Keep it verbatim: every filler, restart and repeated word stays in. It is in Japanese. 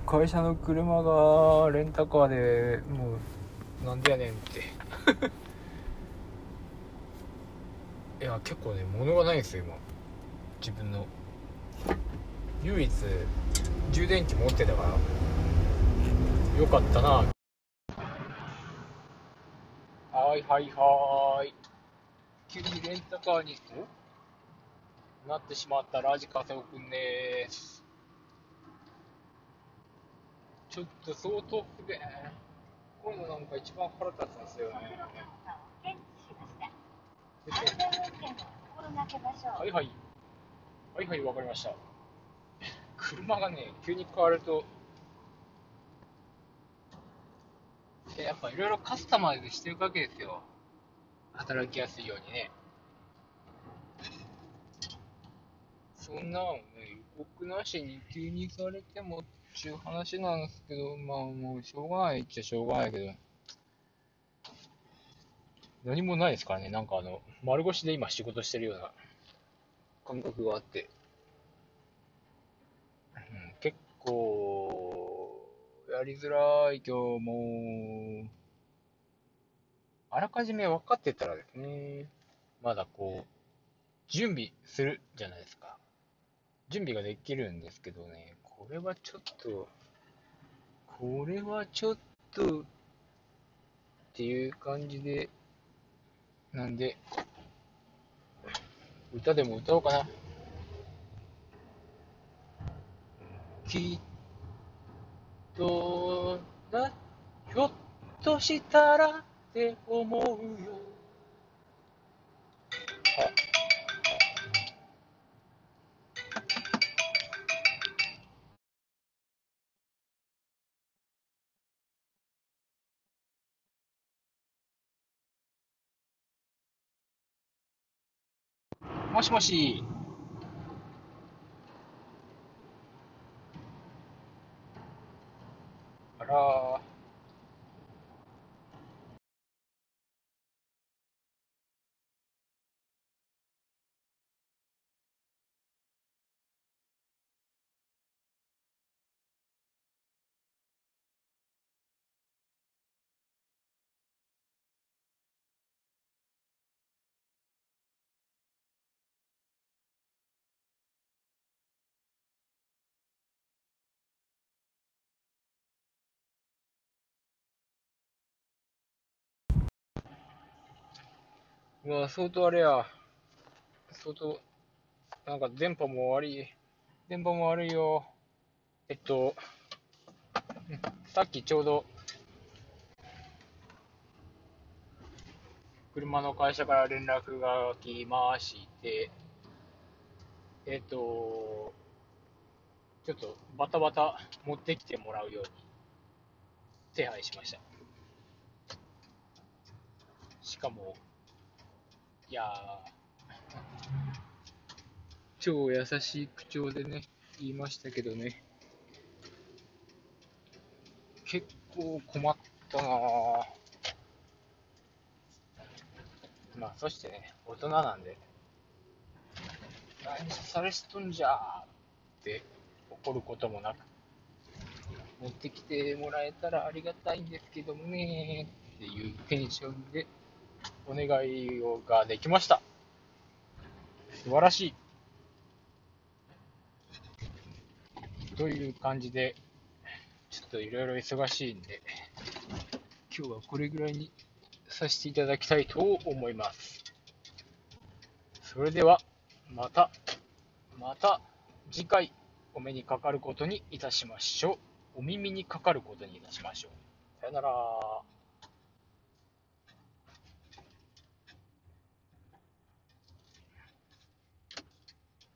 会社の車がレンタカーでもうなんでやねんっていや結構ね物がないんですよ今。自分の唯一充電器持ってたからよかったな。はいはいはい。急にレンタカーになってしまったラジカセオくんです。ちょっと相当不便。こういうのなんか一番腹立つんですよね。はいはいはいはい、わかりました。車がね急に変わるとやっぱいろいろカスタマイズしていくわけですよ、働きやすいようにね。そんなのね予告なしに急にされてもっちゅう話なんですけど、まあもうしょうがないっちゃしょうがないけど何もないですからね。なんかあの丸腰で今仕事してるような感覚があって、うん、結構やりづらい。今日もあらかじめ分かってたらですね、まだこう準備するじゃないですか。準備ができるんですけどね、これはちょっとこれはちょっとっていう感じで、なんで歌でも歌おうかな。きっとな、ひょっとしたらって思うよ。あ、もしもし。あらー、うわ相当あれや、相当なんか電波も悪い、電波も悪いよ。えっとさっきちょうど車の会社から連絡が来まして、えっとちょっとバタバタ持ってきてもらうように手配しました。しかも、いや超優しい口調でね、言いましたけどね、結構困ったなぁ。まあ、そしてね、大人なんで、何されしとんじゃーって怒ることもなく、持ってきてもらえたらありがたいんですけどもねーっていうテンションでお願いをができました。素晴らしい。という感じで、ちょっといろいろ忙しいんで、今日はこれぐらいにさせていただきたいと思います。それでは、また、また次回お目にかかることにいたしましょう。お耳にかかることにいたしましょう。さよなら。